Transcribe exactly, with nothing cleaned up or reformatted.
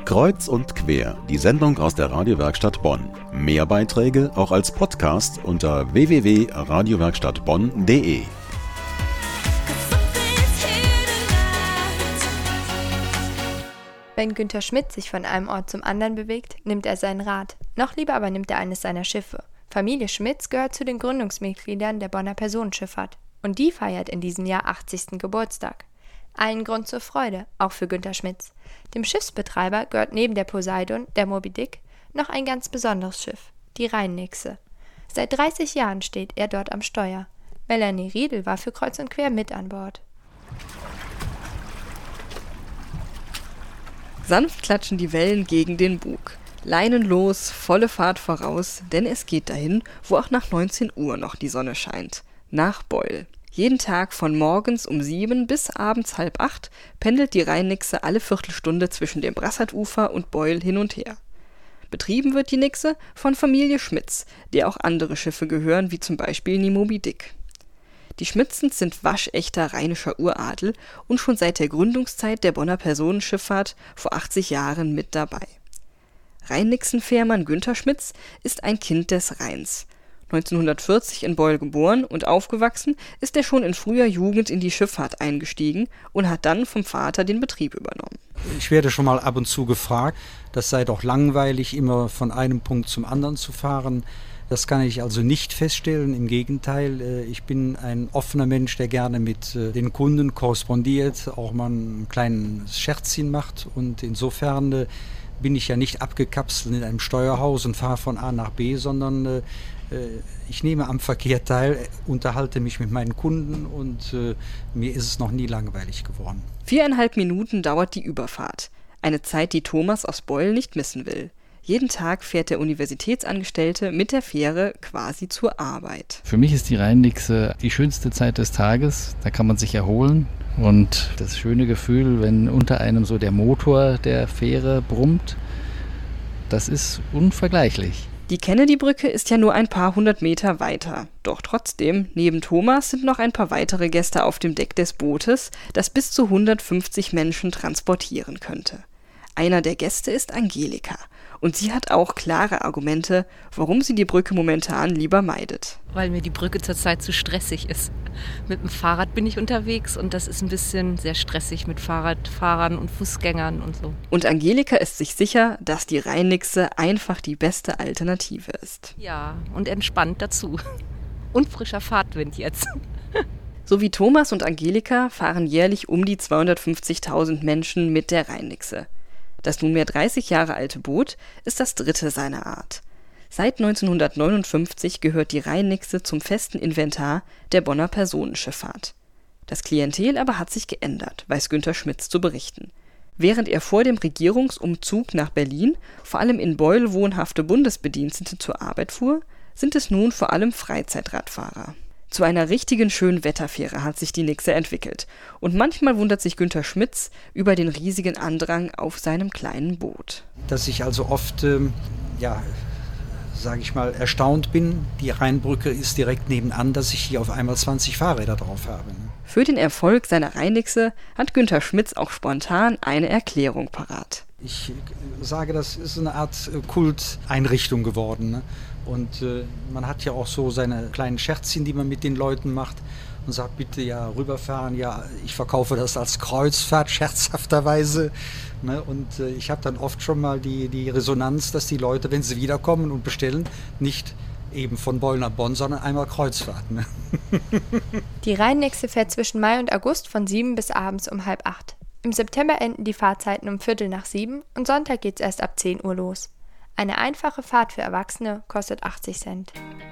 Kreuz und quer, die Sendung aus der Radiowerkstatt Bonn. Mehr Beiträge auch als Podcast unter w w w punkt radiowerkstattbonn punkt d e. Wenn Günter Schmitz sich von einem Ort zum anderen bewegt, nimmt er sein Rad. Noch lieber aber nimmt er eines seiner Schiffe. Familie Schmitz gehört zu den Gründungsmitgliedern der Bonner Personenschifffahrt. Und die feiert in diesem Jahr achtzigsten Geburtstag. Allen Grund zur Freude, auch für Günter Schmitz. Dem Schiffsbetreiber gehört neben der Poseidon, der Moby Dick, noch ein ganz besonderes Schiff, die Rhein-Nixe. Seit dreißig Jahren steht er dort am Steuer. Melanie Riedel war für Kreuz und Quer mit an Bord. Sanft klatschen die Wellen gegen den Bug. Leinen los, volle Fahrt voraus, denn es geht dahin, wo auch nach neunzehn Uhr noch die Sonne scheint. Nach Beul. Jeden Tag von morgens um sieben bis abends halb acht pendelt die Rhein-Nixe alle Viertelstunde zwischen dem Brassadufer und Beul hin und her. Betrieben wird die Nixe von Familie Schmitz, der auch andere Schiffe gehören, wie zum Beispiel die Moby Dick. Die Schmitzens sind waschechter rheinischer Uradel und schon seit der Gründungszeit der Bonner Personenschifffahrt vor achtzig Jahren mit dabei. Rhein-Nixen-Fährmann Günter Schmitz ist ein Kind des Rheins. neunzehnhundertvierzig in Beul geboren und aufgewachsen, ist er schon in früher Jugend in die Schifffahrt eingestiegen und hat dann vom Vater den Betrieb übernommen. Ich werde schon mal ab und zu gefragt, das sei doch langweilig, immer von einem Punkt zum anderen zu fahren. Das kann ich also nicht feststellen, im Gegenteil, ich bin ein offener Mensch, der gerne mit den Kunden korrespondiert, auch mal ein kleines Scherzchen macht, und insofern bin ich ja nicht abgekapselt in einem Steuerhaus und fahre von A nach B, sondern ich nehme am Verkehr teil, unterhalte mich mit meinen Kunden und mir ist es noch nie langweilig geworden. Viereinhalb Minuten dauert die Überfahrt, eine Zeit, die Thomas aus Beul nicht missen will. Jeden Tag fährt der Universitätsangestellte mit der Fähre quasi zur Arbeit. Für mich ist die Rhein-Nixe die schönste Zeit des Tages. Da kann man sich erholen. Und das schöne Gefühl, wenn unter einem so der Motor der Fähre brummt, das ist unvergleichlich. Die Kennedy-Brücke ist ja nur ein paar hundert Meter weiter. Doch trotzdem, neben Thomas sind noch ein paar weitere Gäste auf dem Deck des Bootes, das bis zu hundertfünfzig Menschen transportieren könnte. Einer der Gäste ist Angelika. Und sie hat auch klare Argumente, warum sie die Brücke momentan lieber meidet. Weil mir die Brücke zurzeit zu stressig ist. Mit dem Fahrrad bin ich unterwegs und das ist ein bisschen sehr stressig mit Fahrradfahrern und Fußgängern und so. Und Angelika ist sich sicher, dass die Rhein-Nixe einfach die beste Alternative ist. Ja, und entspannt dazu. Und frischer Fahrtwind jetzt. So wie Thomas und Angelika fahren jährlich um die zweihundertfünfzigtausend Menschen mit der Rhein-Nixe. Das nunmehr dreißig Jahre alte Boot ist das dritte seiner Art. Seit neunzehnhundertneunundfünfzig gehört die Rhein-Nixe zum festen Inventar der Bonner Personenschifffahrt. Das Klientel aber hat sich geändert, weiß Günter Schmitz zu berichten. Während er vor dem Regierungsumzug nach Berlin vor allem in Beul wohnhafte Bundesbedienstete zur Arbeit fuhr, sind es nun vor allem Freizeitradfahrer. Zu einer richtigen Schönwetterfähre hat sich die Nixe entwickelt. Und manchmal wundert sich Günter Schmitz über den riesigen Andrang auf seinem kleinen Boot. Dass ich also oft, ähm, ja, sage ich mal, erstaunt bin. Die Rheinbrücke ist direkt nebenan, dass ich hier auf einmal zwanzig Fahrräder drauf habe. Für den Erfolg seiner Rhein-Nixe hat Günter Schmitz auch spontan eine Erklärung parat. Ich sage, das ist eine Art Kulteinrichtung geworden, ne? Und äh, man hat ja auch so seine kleinen Scherzchen, die man mit den Leuten macht und sagt, bitte ja rüberfahren. Ja, ich verkaufe das als Kreuzfahrt scherzhafterweise. Ne? Und äh, ich habe dann oft schon mal die, die Resonanz, dass die Leute, wenn sie wiederkommen und bestellen, nicht eben von Beul nach Bonn, sondern einmal Kreuzfahrt. Ne? Die Rhein-Nixe fährt zwischen Mai und August von sieben bis abends um halb acht. Im September enden die Fahrzeiten um Viertel nach sieben und Sonntag geht's erst ab zehn Uhr los. Eine einfache Fahrt für Erwachsene kostet achtzig Cent.